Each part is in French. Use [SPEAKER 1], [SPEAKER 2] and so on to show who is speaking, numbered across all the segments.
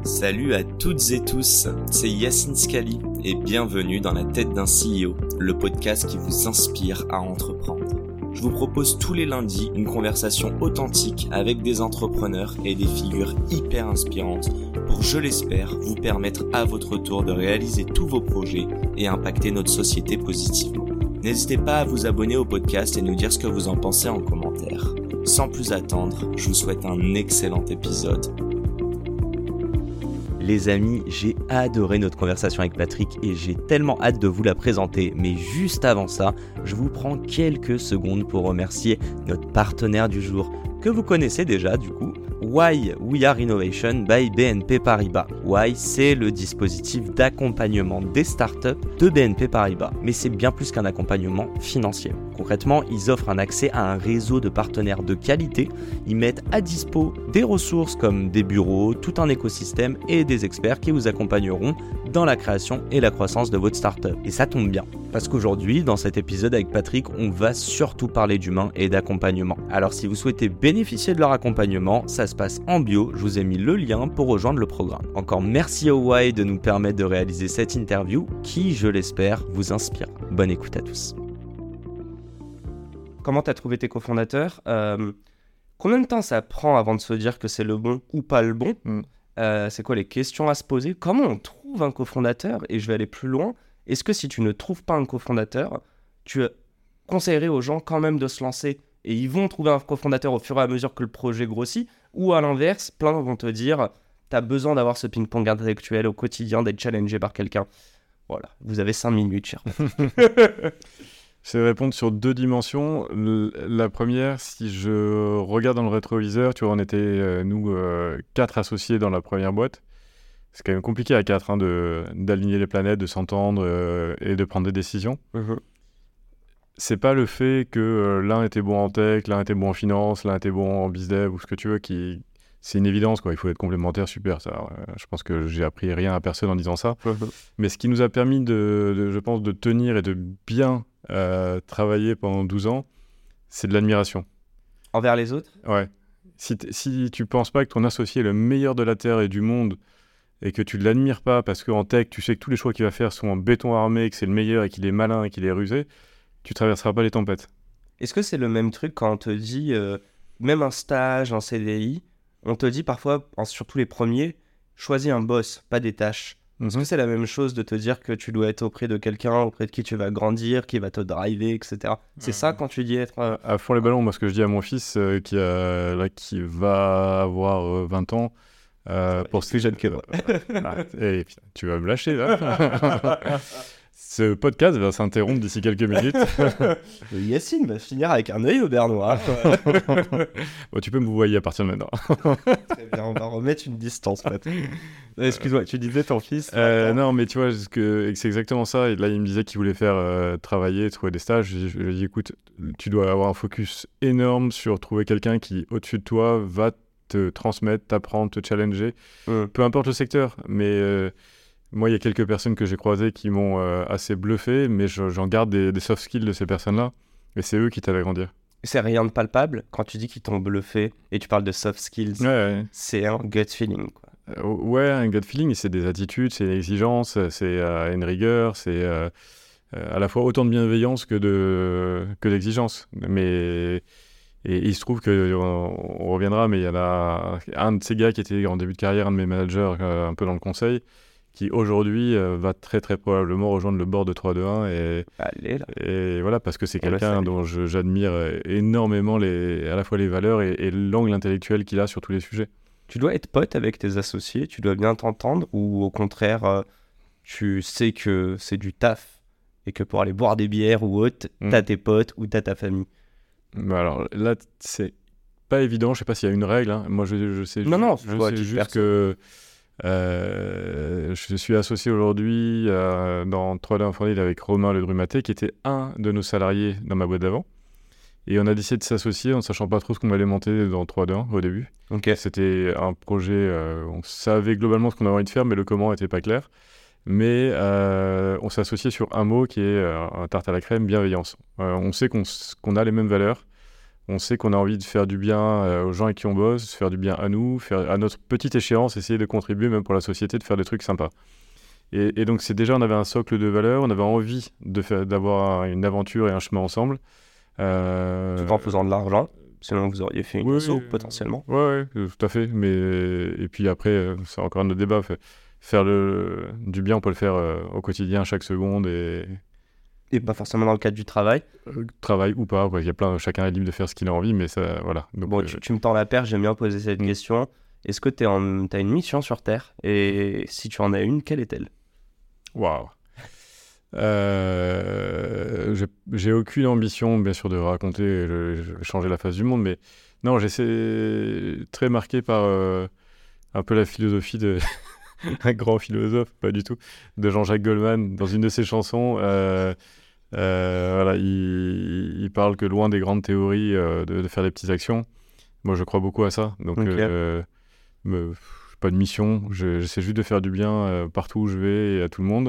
[SPEAKER 1] Salut à toutes et tous, c'est Yacine Scali et bienvenue dans La tête d'un CEO, le podcast qui vous inspire à entreprendre. Je vous propose tous les lundis une conversation authentique avec des entrepreneurs et des figures hyper inspirantes pour, je l'espère, vous permettre à votre tour de réaliser tous vos projets et impacter notre société positivement. N'hésitez pas à vous abonner au podcast et nous dire ce que vous en pensez en commentaire. Sans plus attendre, je vous souhaite un excellent épisode. Les amis, j'ai adoré notre conversation avec Patrick et j'ai tellement hâte de vous la présenter. Mais juste avant ça, je vous prends quelques secondes pour remercier notre partenaire du jour, que vous connaissez déjà du coup, Why We Are Innovation by BNP Paribas. Why, c'est le dispositif d'accompagnement des startups de BNP Paribas. Mais c'est bien plus qu'un accompagnement financier. Concrètement, ils offrent un accès à un réseau de partenaires de qualité. Ils mettent à dispo des ressources comme des bureaux, tout un écosystème et des experts qui vous accompagneront dans la création et la croissance de votre startup. Et ça tombe bien, parce qu'aujourd'hui, dans cet épisode avec Patrick, on va surtout parler d'humain et d'accompagnement. Alors si vous souhaitez bénéficier de leur accompagnement, ça se passe en bio, je vous ai mis le lien pour rejoindre le programme. Encore merci au Why de nous permettre de réaliser cette interview qui, je l'espère, vous inspire. Bonne écoute à tous. Comment tu as trouvé tes cofondateurs ? Combien de temps ça prend avant de se dire que c'est le bon ou pas le bon ? C'est quoi les questions à se poser ? Comment on trouve un cofondateur ? Et je vais aller plus loin. Est-ce que si tu ne trouves pas un cofondateur, tu conseillerais aux gens quand même de se lancer et ils vont trouver un cofondateur au fur et à mesure que le projet grossit ? Ou à l'inverse, plein vont te dire tu as besoin d'avoir ce ping-pong intellectuel au quotidien, d'être challengé par quelqu'un. Voilà, vous avez 5 minutes, cher.
[SPEAKER 2] Je vais répondre sur deux dimensions. La première, si je regarde dans le rétroviseur, tu vois, on était, nous, 4 associés dans la première boîte. C'est quand même compliqué à 4 d'aligner les planètes, de s'entendre et de prendre des décisions. C'est pas le fait que l'un était bon en tech, l'un était bon en finance, l'un était bon en bizdev ou ce que tu veux, c'est une évidence, quoi. Il faut être complémentaire, super. Ça, je pense que j'ai appris rien à personne en disant ça. Mais ce qui nous a permis, je pense, de tenir et de bien travailler pendant 12 ans, c'est de l'admiration.
[SPEAKER 1] Envers les autres ?
[SPEAKER 2] Ouais. Si tu penses pas que ton associé est le meilleur de la Terre et du monde et que tu ne l'admires pas parce qu'en tech, tu sais que tous les choix qu'il va faire sont en béton armé, que c'est le meilleur et qu'il est malin et qu'il est rusé, tu traverseras pas les tempêtes. Est-ce
[SPEAKER 1] que c'est le même truc quand on te dit, même un stage, un CDI, on te dit parfois, surtout les premiers, choisis un boss, pas des tâches. Est-ce que c'est la même chose de te dire que tu dois être auprès de quelqu'un, auprès de qui tu vas grandir, qui va te driver, etc. C'est ça quand tu dis être...
[SPEAKER 2] À fond les ballons, moi ce que je dis à mon fils qui va avoir 20 ans...
[SPEAKER 1] pour ce jeune que moi.
[SPEAKER 2] Tu vas me lâcher là. Ce podcast va s'interrompre d'ici quelques minutes.
[SPEAKER 1] Yacine va finir avec un œil au bernois.
[SPEAKER 2] Bon, tu peux me vouvoyer à partir de maintenant.
[SPEAKER 1] Très bien, on va remettre une distance. Excuse-moi, tu disais ton fils
[SPEAKER 2] Non, mais tu vois, c'est exactement ça. Et là, il me disait qu'il voulait faire travailler, trouver des stages. Je lui ai dit, écoute, tu dois avoir un focus énorme sur trouver quelqu'un qui, au-dessus de toi, va te transmettre, t'apprendre, te challenger. Peu importe le secteur, mais... moi, il y a quelques personnes que j'ai croisées qui m'ont assez bluffé, mais j'en garde des soft skills de ces personnes-là, et c'est eux qui t'aident à grandir.
[SPEAKER 1] C'est rien de palpable quand tu dis qu'ils t'ont bluffé et tu parles de soft skills.
[SPEAKER 2] Ouais.
[SPEAKER 1] C'est un gut feeling, quoi.
[SPEAKER 2] Ouais, un gut feeling, c'est des attitudes, c'est une exigence, c'est une rigueur, c'est à la fois autant de bienveillance que d'exigence. Mais et il se trouve qu'on reviendra, mais il y en a un de ces gars qui était en début de carrière, un de mes managers, un peu dans le conseil, qui aujourd'hui va très très probablement rejoindre le board de 3-2-1 et voilà, parce que c'est quelqu'un dont j'admire énormément à la fois les valeurs et l'angle intellectuel qu'il a sur tous les sujets.
[SPEAKER 1] Tu dois être pote avec tes associés, tu dois bien t'entendre, ou au contraire tu sais que c'est du taf et que pour aller boire des bières ou autre, t'as tes potes ou t'as ta famille?
[SPEAKER 2] Alors là, c'est pas évident, je sais pas s'il y a une règle, hein. Moi je sais juste que je suis associé aujourd'hui dans 3D Infournil avec Romain Ledrumaté, qui était un de nos salariés dans ma boîte d'avant. Et on a décidé de s'associer en ne sachant pas trop ce qu'on allait monter dans 3D1 au début. C'était un projet, on savait globalement ce qu'on avait envie de faire, mais le comment n'était pas clair. Mais on s'est associé sur un mot qui est un tarte à la crème, bienveillance. On sait qu'on a les mêmes valeurs. On sait qu'on a envie de faire du bien aux gens avec qui on bosse, faire du bien à nous, faire à notre petite échéance, essayer de contribuer même pour la société, de faire des trucs sympas. Et donc on avait un socle de valeurs, on avait envie d'avoir une aventure et un chemin ensemble.
[SPEAKER 1] Tout en faisant de l'argent, sinon vous auriez fait une asso, potentiellement.
[SPEAKER 2] Ouais, tout à fait. Et puis après, c'est encore un autre débat. Faire du bien, on peut le faire au quotidien, chaque seconde.
[SPEAKER 1] Et pas forcément dans le cadre du travail.
[SPEAKER 2] Travail ou pas, il y a chacun est libre de faire ce qu'il a envie, mais ça, voilà. Donc,
[SPEAKER 1] bon, tu me tends la perche, j'aime bien poser cette question. Est-ce que t'as une mission sur Terre? Et si tu en as une, quelle est-elle?
[SPEAKER 2] Waouh. J'ai aucune ambition, bien sûr, de raconter et changer la face du monde, mais non, j'essaie très marqué par un peu la philosophie de un grand philosophe, pas du tout, de Jean-Jacques Goldman, dans une de ses chansons. Voilà, il parle que loin des grandes théories, de faire des petites actions. Moi, je crois beaucoup à ça. Donc, pas de mission. J'essaie juste de faire du bien partout où je vais et à tout le monde.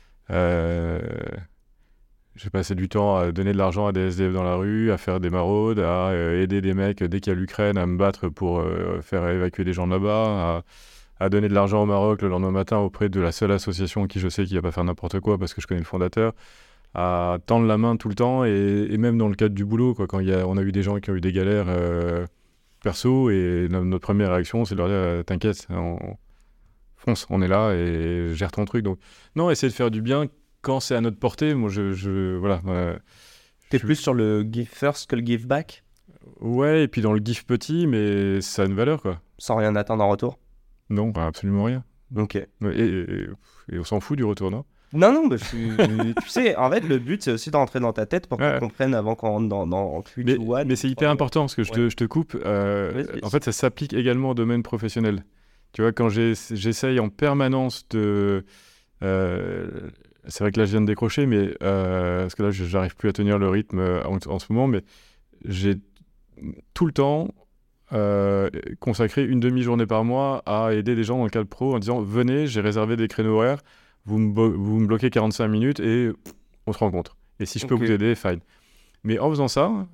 [SPEAKER 2] J'ai passé du temps à donner de l'argent à des SDF dans la rue, à faire des maraudes, à aider des mecs dès qu'il y a l'Ukraine, à me battre pour faire évacuer des gens de là-bas, à donner de l'argent au Maroc le lendemain matin auprès de la seule association qui je sais qui va pas faire n'importe quoi parce que je connais le fondateur, à tendre la main tout le temps et même dans le cadre du boulot, quoi, quand on a eu des gens qui ont eu des galères perso et notre première réaction c'est de leur dire t'inquiète, fonce, on est là et gère ton truc. Donc non, essayer de faire du bien quand c'est à notre portée. Moi voilà.
[SPEAKER 1] T'es plus sur le give first que le give back?
[SPEAKER 2] Ouais, et puis dans le give petit, mais ça a une valeur, quoi.
[SPEAKER 1] Sans rien attendre en retour?
[SPEAKER 2] Non, absolument rien.
[SPEAKER 1] Ok.
[SPEAKER 2] Et on s'en fout du retour, non?
[SPEAKER 1] Non, tu sais, en fait, le but, c'est aussi d'entrer dans ta tête pour qu'on comprenne avant qu'on rentre dans 3, 2, 1.
[SPEAKER 2] Mais c'est hyper important, parce que je te coupe. En fait, ça s'applique également au domaine professionnel. Tu vois, quand j'essaye en permanence de... c'est vrai que là, je viens de décrocher, mais parce que là, j'arrive plus à tenir le rythme en ce moment, mais j'ai tout le temps consacré une demi-journée par mois à aider des gens dans le cadre pro en disant « Venez, j'ai réservé des créneaux horaires, vous me bloquez 45 minutes et on se rencontre. Et si je peux vous aider, fine. » Mais en faisant ça,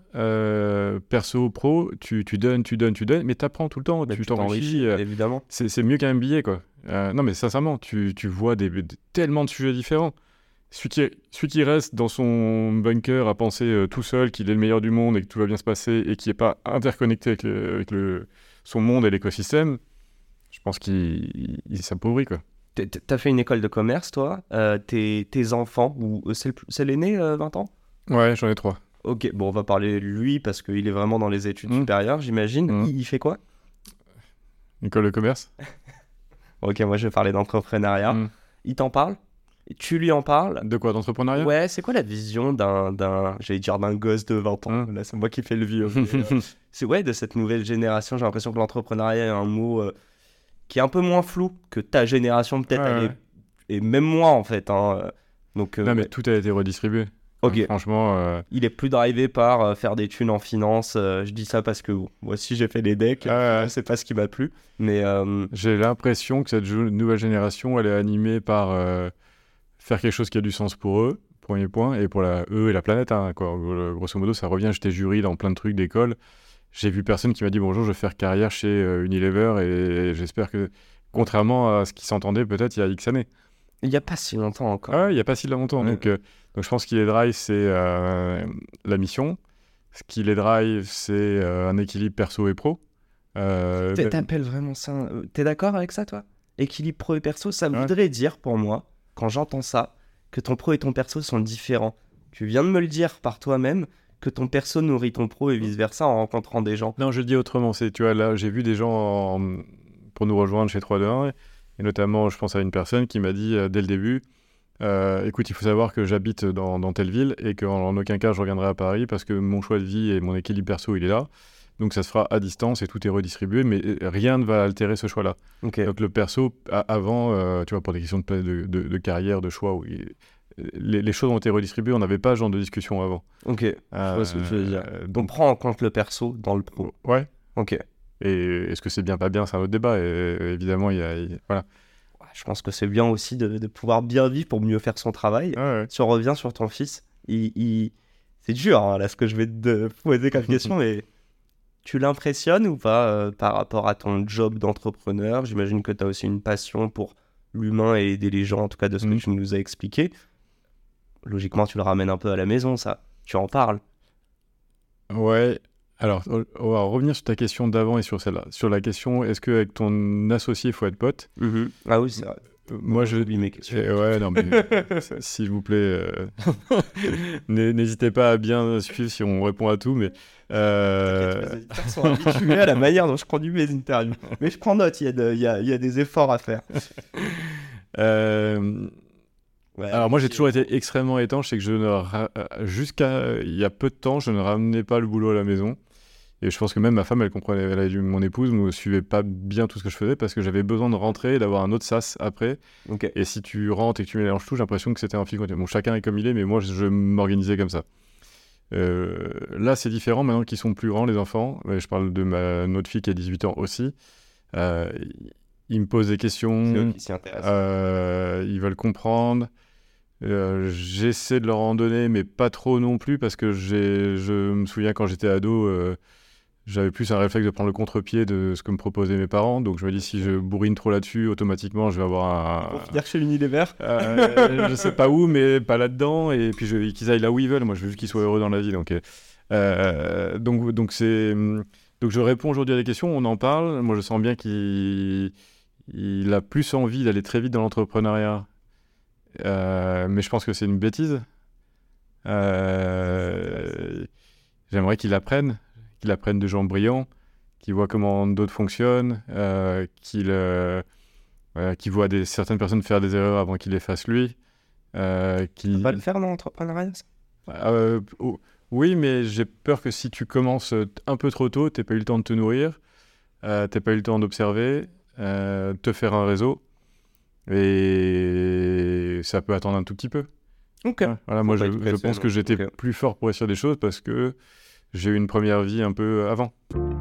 [SPEAKER 2] perso, pro, tu donnes, mais t'apprends tout le temps, tu t'enrichis.
[SPEAKER 1] Évidemment.
[SPEAKER 2] C'est mieux qu'un billet, quoi. Non, mais sincèrement, tu vois tellement de sujets différents. Celui qui reste dans son bunker à penser tout seul qu'il est le meilleur du monde et que tout va bien se passer et qui n'est pas interconnecté avec son monde et l'écosystème, je pense qu'il s'appauvrit, quoi.
[SPEAKER 1] T'as fait une école de commerce, toi. Tes enfants, c'est l'aîné, 20 ans?
[SPEAKER 2] Ouais, j'en ai 3.
[SPEAKER 1] Ok, bon, on va parler de lui parce qu'il est vraiment dans les études supérieures, j'imagine. Il fait quoi?
[SPEAKER 2] École de commerce.
[SPEAKER 1] Ok, moi je vais parler d'entrepreneuriat. Il t'en parle? Tu lui en parles?
[SPEAKER 2] De quoi, d'entrepreneuriat?
[SPEAKER 1] Ouais, c'est quoi la vision d'un gosse de 20 ans? Là, c'est moi qui fais le vieux. C'est de cette nouvelle génération. J'ai l'impression que l'entrepreneuriat est un mot qui est un peu moins flou que ta génération, peut-être. Et même moi, en fait. Donc,
[SPEAKER 2] non, mais tout a été redistribué.
[SPEAKER 1] Ok.
[SPEAKER 2] Donc, franchement...
[SPEAKER 1] Il est plus drivé par faire des thunes en finance. Je dis ça parce que moi aussi, j'ai fait des decks. C'est pas ce qui m'a plu. Mais
[SPEAKER 2] j'ai l'impression que cette nouvelle génération, elle est animée par... faire quelque chose qui a du sens pour eux, premier point, et pour eux et la planète, quoi. Grosso modo, ça revient, j'étais jury dans plein de trucs d'école, j'ai vu personne qui m'a dit bonjour, je vais faire carrière chez Unilever, et j'espère que, contrairement à ce qui s'entendait peut-être il y a X années.
[SPEAKER 1] Il n'y a pas si longtemps encore.
[SPEAKER 2] Il n'y a pas si longtemps, donc je pense qu'il les drive, c'est la mission, ce qui les drive, c'est un équilibre perso et pro.
[SPEAKER 1] T'appelles vraiment ça... T'es d'accord avec ça, toi? Équilibre pro et perso, ça voudrait dire pour moi, quand j'entends ça, que ton pro et ton perso sont différents. Tu viens de me le dire par toi-même, que ton perso nourrit ton pro et vice-versa en rencontrant des gens.
[SPEAKER 2] Non, je le dis autrement. Tu vois, là, j'ai vu des gens pour nous rejoindre chez 3-2-1, et notamment, je pense à une personne qui m'a dit dès le début, écoute, il faut savoir que j'habite dans telle ville et qu'en aucun cas, je reviendrai à Paris parce que mon choix de vie et mon équilibre perso, il est là. Donc ça se fera à distance et tout est redistribué, mais rien ne va altérer ce choix-là.
[SPEAKER 1] Okay.
[SPEAKER 2] Donc le perso, avant, tu vois, pour des questions de carrière, de choix, les choses ont été redistribuées, on n'avait pas ce genre de discussion avant.
[SPEAKER 1] Ok, je vois ce que tu veux dire. Donc, on prend en compte le perso dans le pro.
[SPEAKER 2] Ouais.
[SPEAKER 1] Ok.
[SPEAKER 2] Et est-ce que c'est bien, pas bien, c'est un autre débat. Et évidemment, voilà.
[SPEAKER 1] Je pense que c'est bien aussi de pouvoir bien vivre pour mieux faire son travail.
[SPEAKER 2] Ouais.
[SPEAKER 1] Si on revient sur ton fils, c'est dur, là, ce que je vais te poser comme question, mais Tu l'impressionnes ou pas par rapport à ton job d'entrepreneur? J'imagine que tu as aussi une passion pour l'humain et aider les gens, en tout cas de ce que tu nous as expliqué. Logiquement, tu le ramènes un peu à la maison, ça. Tu en parles.
[SPEAKER 2] Ouais. Alors, on va revenir sur ta question d'avant et sur celle-là. Sur la question, est-ce qu'avec ton associé, il faut être pote?
[SPEAKER 1] Ah oui, c'est vrai.
[SPEAKER 2] Moi, je
[SPEAKER 1] oublie mes questions.
[SPEAKER 2] Ouais, non, mais s'il vous plaît, n'hésitez pas à bien suivre si on répond à tout. Mais
[SPEAKER 1] les auditeurs sont habitués à la manière dont je conduis mes interviews. Mais je prends note, il y a des efforts à faire.
[SPEAKER 2] Alors moi, j'ai toujours été extrêmement étanche, c'est que jusqu'à il y a peu de temps, je ne ramenais pas le boulot à la maison. Et je pense que même ma femme, elle comprenait, mon épouse ne suivait pas bien tout ce que je faisais parce que j'avais besoin de rentrer et d'avoir un autre sas après.
[SPEAKER 1] Okay.
[SPEAKER 2] Et si tu rentres et que tu mélanges tout, j'ai l'impression que c'était un fil continu. Bon, chacun est comme il est, mais moi, je m'organisais comme ça. Là, c'est différent maintenant qu'ils sont plus grands, les enfants. Je parle de notre fille qui a 18 ans aussi. Ils me posent des questions.
[SPEAKER 1] C'est eux qui s'y intéressent.
[SPEAKER 2] Ils veulent comprendre. J'essaie de leur en donner, mais pas trop non plus parce que je me souviens quand j'étais ado... j'avais plus un réflexe de prendre le contre-pied de ce que me proposaient mes parents. Donc je me dis, si je bourrine trop là-dessus, automatiquement, je vais avoir
[SPEAKER 1] Pour finir chez Unilever.
[SPEAKER 2] je sais pas où, mais pas là-dedans. Et puis qu'ils aillent là où ils veulent. Moi, je veux juste qu'ils soient heureux dans la vie. Donc je réponds aujourd'hui à des questions, on en parle. Moi, je sens bien qu'il a plus envie d'aller très vite dans l'entrepreneuriat. Mais je pense que c'est une bêtise. J'aimerais qu'il apprenne de gens brillants, qu'il voit comment d'autres fonctionnent, qu'il voit certaines personnes faire des erreurs avant qu'il les fasse lui.
[SPEAKER 1] Tu vas le faire dans l'entrepreneuriat, ça?
[SPEAKER 2] Oui, mais j'ai peur que si tu commences un peu trop tôt, t'aies pas eu le temps de te nourrir, t'aies pas eu le temps d'observer, te faire un réseau, et ça peut attendre un tout petit peu.
[SPEAKER 1] Ok.
[SPEAKER 2] Voilà, moi, je pense que j'étais plus fort pour réussir des choses parce que j'ai eu une première vie un peu avant.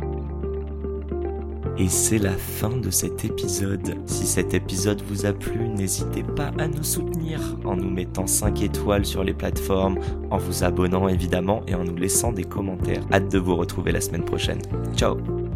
[SPEAKER 1] Et c'est la fin de cet épisode. Si cet épisode vous a plu, n'hésitez pas à nous soutenir en nous mettant 5 étoiles sur les plateformes, en vous abonnant évidemment et en nous laissant des commentaires. Hâte de vous retrouver la semaine prochaine. Ciao!